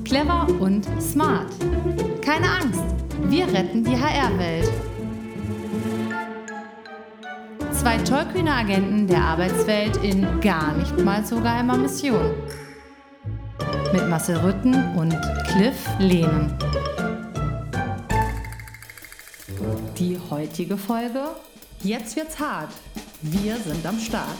Clever und smart. Keine Angst, wir retten die HR-Welt. Zwei tollkühne Agenten der Arbeitswelt in gar nicht mal so geheimer Mission. Mit Marcel Rütten und Cliff Lehnen. Die heutige Folge: Jetzt wird's hart. Wir sind am Start.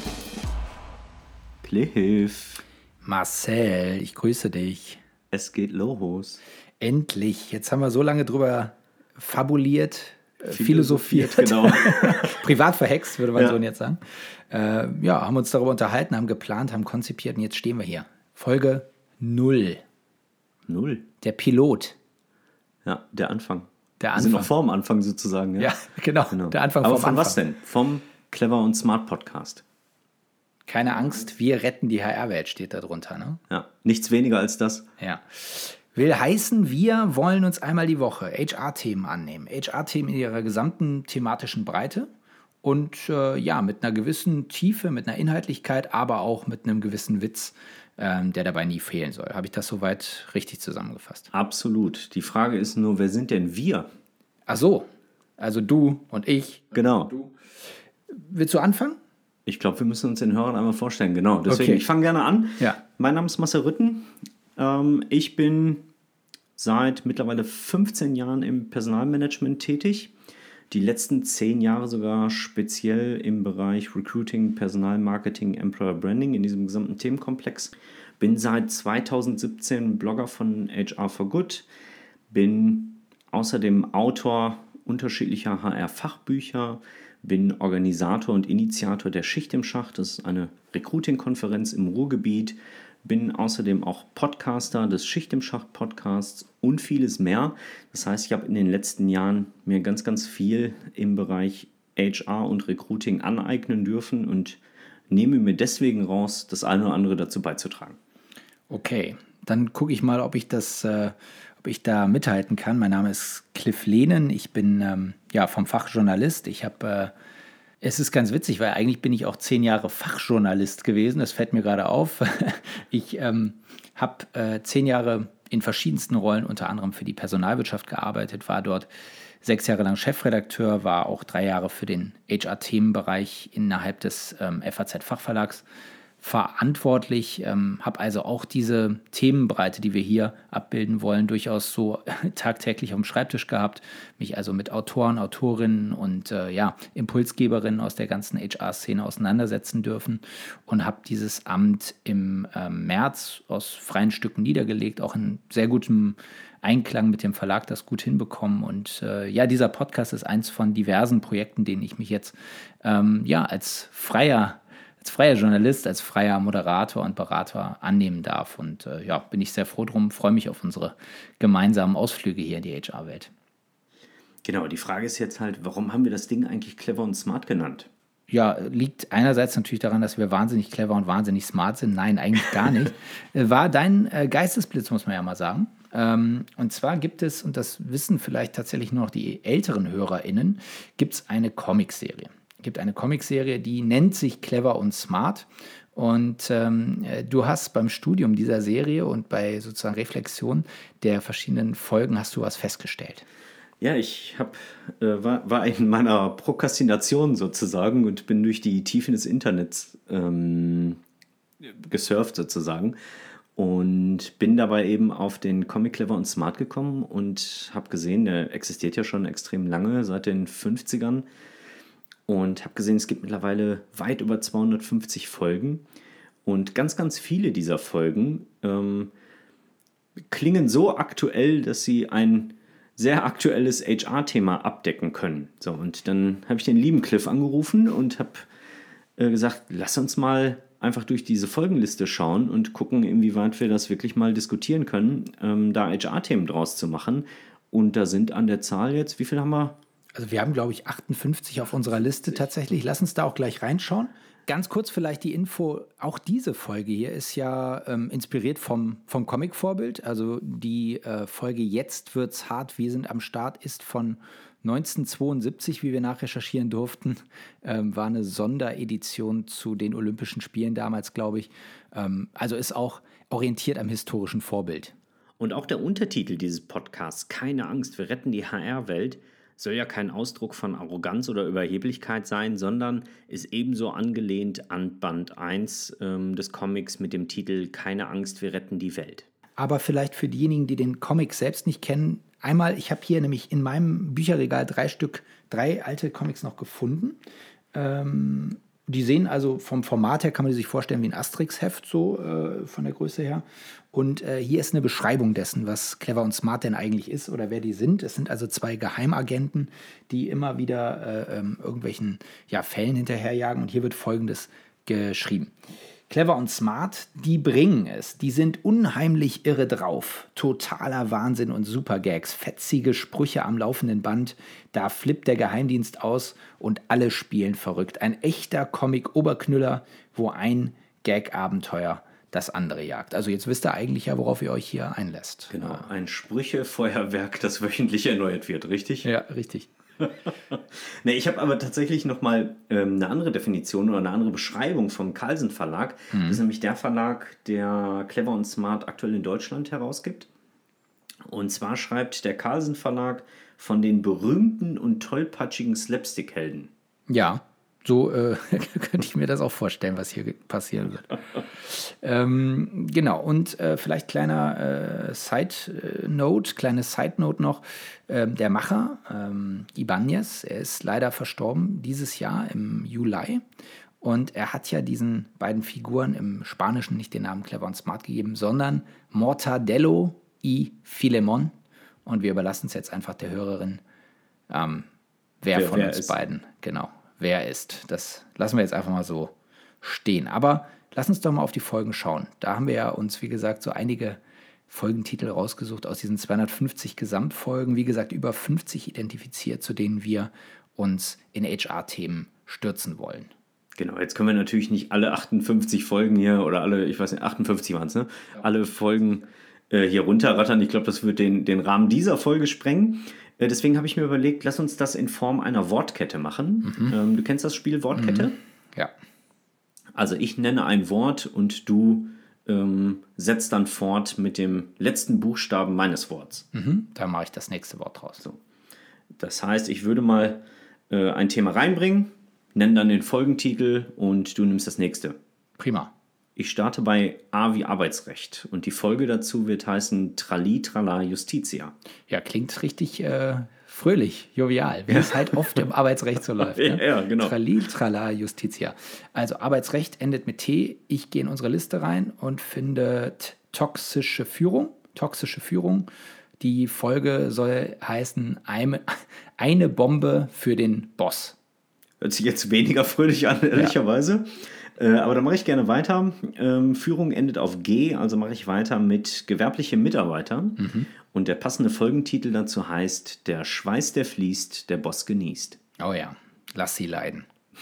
Cliff. Marcel, ich grüße dich. Es geht los. Endlich. Jetzt haben wir so lange drüber fabuliert, philosophiert. Genau. Privat verhext, würde mein Sohn jetzt sagen. Haben uns darüber unterhalten, haben geplant, haben konzipiert und jetzt stehen wir hier. Folge 0. 0? Der Pilot. Ja, der Anfang. Der Wir sind Anfang. noch vor dem Anfang sozusagen. Ja, Ja, genau. Der Anfang Aber vom von Anfang. was denn? Vom Clever und Smart Podcast. Keine Angst, wir retten die HR-Welt, steht da drunter, ne? Ja, nichts weniger als das. Ja. Will heißen, wir wollen uns einmal die Woche HR-Themen annehmen. HR-Themen in ihrer gesamten thematischen Breite und mit einer gewissen Tiefe, mit einer Inhaltlichkeit, aber auch mit einem gewissen Witz, der dabei nie fehlen soll. Habe ich das soweit richtig zusammengefasst? Absolut. Die Frage ist nur, wer sind denn wir? Ach so, also du und ich. Genau. Du. Willst du anfangen? Ich glaube, wir müssen uns den Hörern einmal vorstellen. Genau, deswegen, Okay. Ich fange gerne an. Ja. Mein Name ist Marcel Rütten. Ich bin seit mittlerweile 15 Jahren im Personalmanagement tätig. Die letzten 10 Jahre sogar speziell im Bereich Recruiting, Personalmarketing, Employer Branding in diesem gesamten Themenkomplex. Bin seit 2017 Blogger von HR for Good. Bin außerdem Autor unterschiedlicher HR-Fachbücher. Bin Organisator und Initiator der Schicht im Schacht. Das ist eine Recruiting-Konferenz im Ruhrgebiet. Bin außerdem auch Podcaster des Schicht im Schacht Podcasts und vieles mehr. Das heißt, ich habe in den letzten Jahren mir ganz, ganz viel im Bereich HR und Recruiting aneignen dürfen und nehme mir deswegen raus, das eine oder andere dazu beizutragen. Okay, dann gucke ich mal, ob ich da mithalten kann. Mein Name ist Cliff Lehnen. Ich bin vom Fach Journalist. Es ist ganz witzig, weil eigentlich bin ich auch 10 Jahre Fachjournalist gewesen. Das fällt mir gerade auf. Ich habe 10 Jahre in verschiedensten Rollen, unter anderem für die Personalwirtschaft gearbeitet, war dort 6 Jahre lang Chefredakteur, war auch 3 Jahre für den HR-Themenbereich innerhalb des FAZ-Fachverlags verantwortlich, habe also auch diese Themenbreite, die wir hier abbilden wollen, durchaus so tagtäglich auf dem Schreibtisch gehabt, mich also mit Autoren, Autorinnen und Impulsgeberinnen aus der ganzen HR-Szene auseinandersetzen dürfen und habe dieses Amt im März aus freien Stücken niedergelegt, auch in sehr gutem Einklang mit dem Verlag das gut hinbekommen. Und dieser Podcast ist eins von diversen Projekten, denen ich mich jetzt als freier Journalist, als freier Moderator und Berater annehmen darf. Und bin ich sehr froh drum, freue mich auf unsere gemeinsamen Ausflüge hier in die HR-Welt. Genau, die Frage ist jetzt halt, warum haben wir das Ding eigentlich clever und smart genannt? Ja, liegt einerseits natürlich daran, dass wir wahnsinnig clever und wahnsinnig smart sind. Nein, eigentlich gar nicht. War dein Geistesblitz, muss man ja mal sagen. Und zwar gibt es, und das wissen vielleicht tatsächlich nur noch die älteren HörerInnen, gibt es eine Comicserie. Die nennt sich Clever und Smart. Und du hast beim Studium dieser Serie und bei sozusagen Reflexion der verschiedenen Folgen hast du was festgestellt. Ja, ich war in meiner Prokrastination sozusagen und bin durch die Tiefen des Internets gesurft sozusagen und bin dabei eben auf den Comic Clever und Smart gekommen und habe gesehen, der existiert ja schon extrem lange, seit den 50ern. Und habe gesehen, es gibt mittlerweile weit über 250 Folgen. Und ganz, ganz viele dieser Folgen klingen so aktuell, dass sie ein sehr aktuelles HR-Thema abdecken können. So, und dann habe ich den lieben Cliff angerufen und habe gesagt, lass uns mal einfach durch diese Folgenliste schauen und gucken, inwieweit wir das wirklich mal diskutieren können, da HR-Themen draus zu machen. Und da sind an der Zahl jetzt, wie viel haben wir? Also wir haben, glaube ich, 58 auf unserer Liste tatsächlich. Lass uns da auch gleich reinschauen. Ganz kurz vielleicht die Info, auch diese Folge hier ist ja inspiriert vom Comic-Vorbild. Also die Folge Jetzt wird's hart, wir sind am Start ist von 1972, wie wir nachrecherchieren durften. War eine Sonderedition zu den Olympischen Spielen damals, glaube ich. Also ist auch orientiert am historischen Vorbild. Und auch der Untertitel dieses Podcasts, Keine Angst, wir retten die HR-Welt, soll ja kein Ausdruck von Arroganz oder Überheblichkeit sein, sondern ist ebenso angelehnt an Band 1 des Comics mit dem Titel Keine Angst, wir retten die Welt. Aber vielleicht für diejenigen, die den Comic selbst nicht kennen, einmal, ich habe hier nämlich in meinem Bücherregal 3 alte Comics noch gefunden. Die sehen also vom Format her, kann man sich vorstellen wie ein Asterix-Heft, so von der Größe her. Und hier ist eine Beschreibung dessen, was Clever und Smart denn eigentlich ist oder wer die sind. Es sind also 2 Geheimagenten, die immer wieder irgendwelchen Fällen hinterherjagen. Und hier wird Folgendes geschrieben. Clever und Smart, die bringen es. Die sind unheimlich irre drauf. Totaler Wahnsinn und Supergags. Fetzige Sprüche am laufenden Band. Da flippt der Geheimdienst aus und alle spielen verrückt. Ein echter Comic-Oberknüller, wo ein Gag-Abenteuer das andere jagt. Also jetzt wisst ihr eigentlich ja, worauf ihr euch hier einlässt. Genau, ein Sprüche-Feuerwerk, das wöchentlich erneuert wird, richtig? Ja, richtig. Ne, ich habe aber tatsächlich nochmal eine andere Definition oder eine andere Beschreibung vom Carlsen Verlag. Das ist nämlich der Verlag, der Clever und Smart aktuell in Deutschland herausgibt. Und zwar schreibt der Carlsen Verlag von den berühmten und tollpatschigen Slapstick-Helden. Ja, so könnte ich mir das auch vorstellen, was hier passieren wird. Genau, und vielleicht kleines Side-Note noch. Der Macher, Ibáñez, er ist leider verstorben dieses Jahr im Juli. Und er hat ja diesen beiden Figuren im Spanischen nicht den Namen Clever und Smart gegeben, sondern Mortadelo y Filemón. Und wir überlassen es jetzt einfach der Hörerin, wer von uns beiden, genau, wer ist. Das lassen wir jetzt einfach mal so stehen. Aber lass uns doch mal auf die Folgen schauen. Da haben wir ja uns, wie gesagt, so einige Folgentitel rausgesucht aus diesen 250 Gesamtfolgen. Wie gesagt, über 50 identifiziert, zu denen wir uns in HR-Themen stürzen wollen. Genau, jetzt können wir natürlich nicht alle 58 Folgen hier oder alle, ich weiß nicht, 58 waren es, ne? Ja. Alle Folgen hier runterrattern. Ich glaube, das wird den Rahmen dieser Folge sprengen. Deswegen habe ich mir überlegt, lass uns das in Form einer Wortkette machen. Du kennst das Spiel Wortkette? Ja. Also ich nenne ein Wort und du setzt dann fort mit dem letzten Buchstaben meines Worts. Da mache ich das nächste Wort raus. So. Das heißt, ich würde mal ein Thema reinbringen, nenne dann den Folgentitel und du nimmst das nächste. Prima. Ich starte bei A wie Arbeitsrecht und die Folge dazu wird heißen Trali Trala Justitia. Ja, klingt richtig fröhlich, jovial, wie es halt oft im Arbeitsrecht so läuft. Ne? Ja, genau. Trali Trala Justitia. Also Arbeitsrecht endet mit T. Ich gehe in unsere Liste rein und finde toxische Führung. Toxische Führung. Die Folge soll heißen eine Bombe für den Boss. Hört sich jetzt weniger fröhlich an, ehrlicherweise. Ja. Aber da mache ich gerne weiter. Führung endet auf G, also mache ich weiter mit gewerbliche Mitarbeiter. Und der passende Folgentitel dazu heißt Der Schweiß, der fließt, der Boss genießt. Oh ja, lass sie leiden.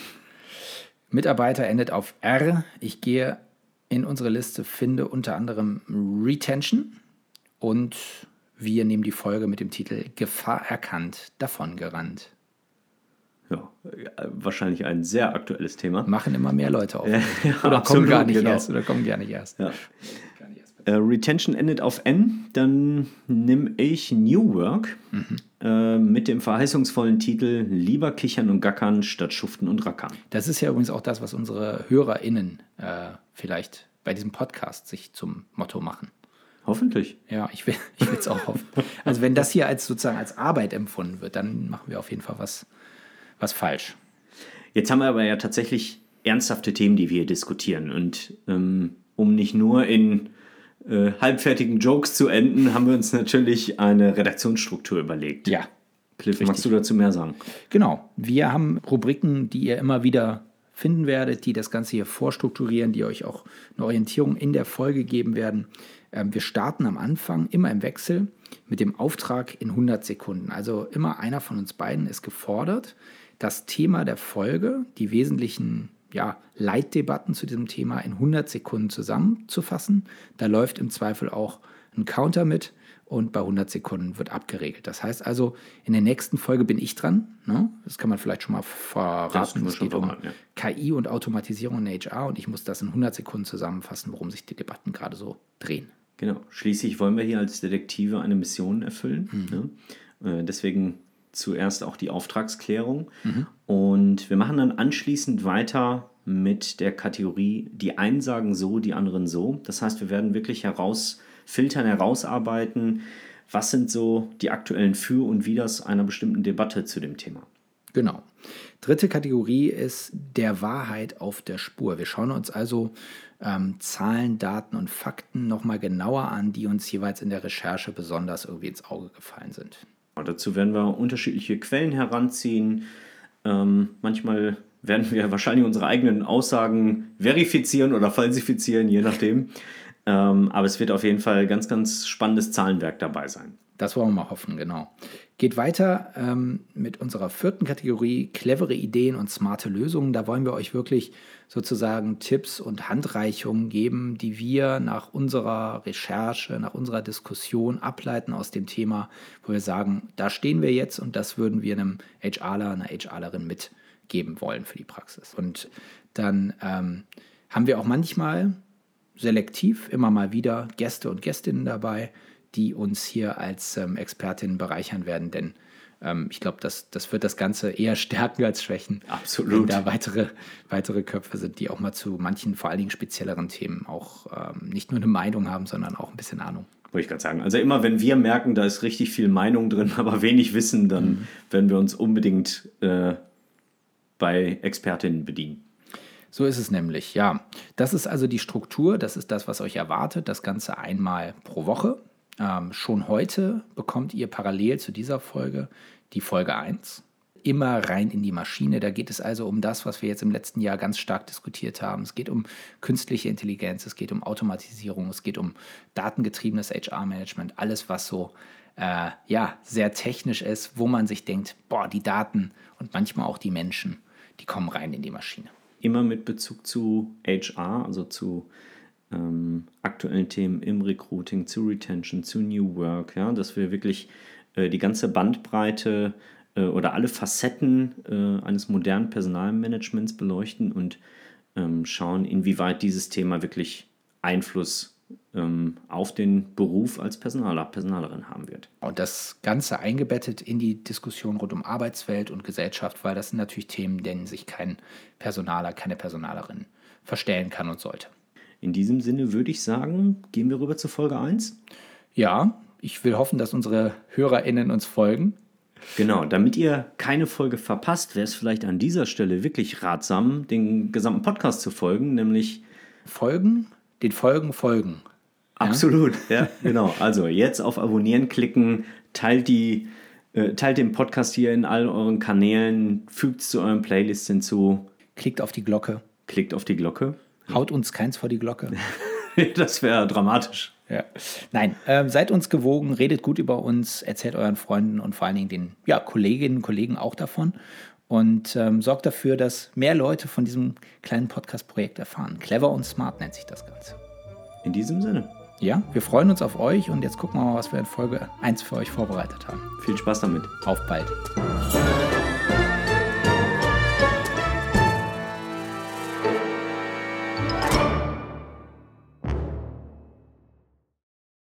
Mitarbeiter endet auf R. Ich gehe in unsere Liste, finde unter anderem Retention. Und wir nehmen die Folge mit dem Titel Gefahr erkannt, davongerannt. Ja, wahrscheinlich ein sehr aktuelles Thema. Machen immer mehr Leute auf. Ja, oder absolut, kommen gar nicht genau. erst. Oder kommen gar nicht erst. Ja. Retention endet auf N. Dann nehme ich New Work mit dem verheißungsvollen Titel Lieber kichern und gackern statt schuften und rackern. Das ist ja übrigens auch das, was unsere HörerInnen vielleicht bei diesem Podcast sich zum Motto machen. Hoffentlich. Ja, ich will es auch hoffen. Also wenn das hier als sozusagen als Arbeit empfunden wird, dann machen wir auf jeden Fall was falsch. Jetzt haben wir aber ja tatsächlich ernsthafte Themen, die wir hier diskutieren. Und um nicht nur in halbfertigen Jokes zu enden, haben wir uns natürlich eine Redaktionsstruktur überlegt. Ja. Cliff, magst du dazu mehr sagen? Genau. Wir haben Rubriken, die ihr immer wieder finden werdet, die das Ganze hier vorstrukturieren, die euch auch eine Orientierung in der Folge geben werden. Wir starten am Anfang immer im Wechsel mit dem Auftrag in 100 Sekunden. Also immer einer von uns beiden ist gefordert, das Thema der Folge, die wesentlichen Leitdebatten zu diesem Thema in 100 Sekunden zusammenzufassen. Da läuft im Zweifel auch ein Counter mit und bei 100 Sekunden wird abgeregelt. Das heißt also, in der nächsten Folge bin ich dran. Ne? Das kann man vielleicht schon mal verraten. Es geht um KI und Automatisierung in HR und ich muss das in 100 Sekunden zusammenfassen, worum sich die Debatten gerade so drehen. Genau. Schließlich wollen wir hier als Detektive eine Mission erfüllen. Ne? Deswegen zuerst auch die Auftragsklärung. Und wir machen dann anschließend weiter mit der Kategorie, die einen sagen so, die anderen so. Das heißt, wir werden wirklich herausarbeiten, was sind so die aktuellen Für- und Widers einer bestimmten Debatte zu dem Thema. Genau. Dritte Kategorie ist der Wahrheit auf der Spur. Wir schauen uns also Zahlen, Daten und Fakten nochmal genauer an, die uns jeweils in der Recherche besonders irgendwie ins Auge gefallen sind. Und dazu werden wir unterschiedliche Quellen heranziehen. Manchmal werden wir wahrscheinlich unsere eigenen Aussagen verifizieren oder falsifizieren, je nachdem. Aber es wird auf jeden Fall ganz, ganz spannendes Zahlenwerk dabei sein. Das wollen wir mal hoffen, genau. Geht weiter mit unserer vierten Kategorie, clevere Ideen und smarte Lösungen. Da wollen wir euch wirklich sozusagen Tipps und Handreichungen geben, die wir nach unserer Recherche, nach unserer Diskussion ableiten aus dem Thema, wo wir sagen, da stehen wir jetzt und das würden wir einem HRler, einer HRlerin mitgeben wollen für die Praxis. Und dann haben wir auch manchmal selektiv immer mal wieder Gäste und Gästinnen dabei, die uns hier als Expertinnen bereichern werden, denn ich glaube, das wird das Ganze eher stärken als schwächen. Absolut. Wenn da weitere Köpfe sind, die auch mal zu manchen, vor allen Dingen spezielleren Themen auch nicht nur eine Meinung haben, sondern auch ein bisschen Ahnung. Wollte ich gerade sagen. Also immer, wenn wir merken, da ist richtig viel Meinung drin, aber wenig Wissen, dann werden wir uns unbedingt bei Expertinnen bedienen. So ist es nämlich, ja. Das ist also die Struktur, das ist das, was euch erwartet, das Ganze einmal pro Woche. Schon heute bekommt ihr parallel zu dieser Folge die Folge 1. Immer rein in die Maschine. Da geht es also um das, was wir jetzt im letzten Jahr ganz stark diskutiert haben. Es geht um künstliche Intelligenz, es geht um Automatisierung, es geht um datengetriebenes HR-Management. Alles, was so sehr technisch ist, wo man sich denkt, die Daten und manchmal auch die Menschen, die kommen rein in die Maschine. Immer mit Bezug zu HR, also zu aktuellen Themen im Recruiting, zu Retention, zu New Work, ja, dass wir wirklich die ganze Bandbreite oder alle Facetten eines modernen Personalmanagements beleuchten und schauen, inwieweit dieses Thema wirklich Einfluss auf den Beruf als Personaler, Personalerin haben wird. Und das Ganze eingebettet in die Diskussion rund um Arbeitswelt und Gesellschaft, weil das sind natürlich Themen, denen sich kein Personaler, keine Personalerin verstellen kann und sollte. In diesem Sinne würde ich sagen, gehen wir rüber zur Folge 1. Ja, ich will hoffen, dass unsere HörerInnen uns folgen. Genau, damit ihr keine Folge verpasst, wäre es vielleicht an dieser Stelle wirklich ratsam, den gesamten Podcast zu folgen, nämlich den Folgen. Absolut, ja, genau. Also jetzt auf Abonnieren klicken, teilt den Podcast hier in allen euren Kanälen, fügt es zu euren Playlists hinzu. Klickt auf die Glocke. Haut uns keins vor die Glocke. Das wäre dramatisch. Ja. Nein, seid uns gewogen, redet gut über uns, erzählt euren Freunden und vor allen Dingen den Kolleginnen und Kollegen auch davon und sorgt dafür, dass mehr Leute von diesem kleinen Podcast-Projekt erfahren. Clever und smart nennt sich das Ganze. In diesem Sinne. Ja, wir freuen uns auf euch und jetzt gucken wir mal, was wir in Folge 1 für euch vorbereitet haben. Viel Spaß damit. Auf bald.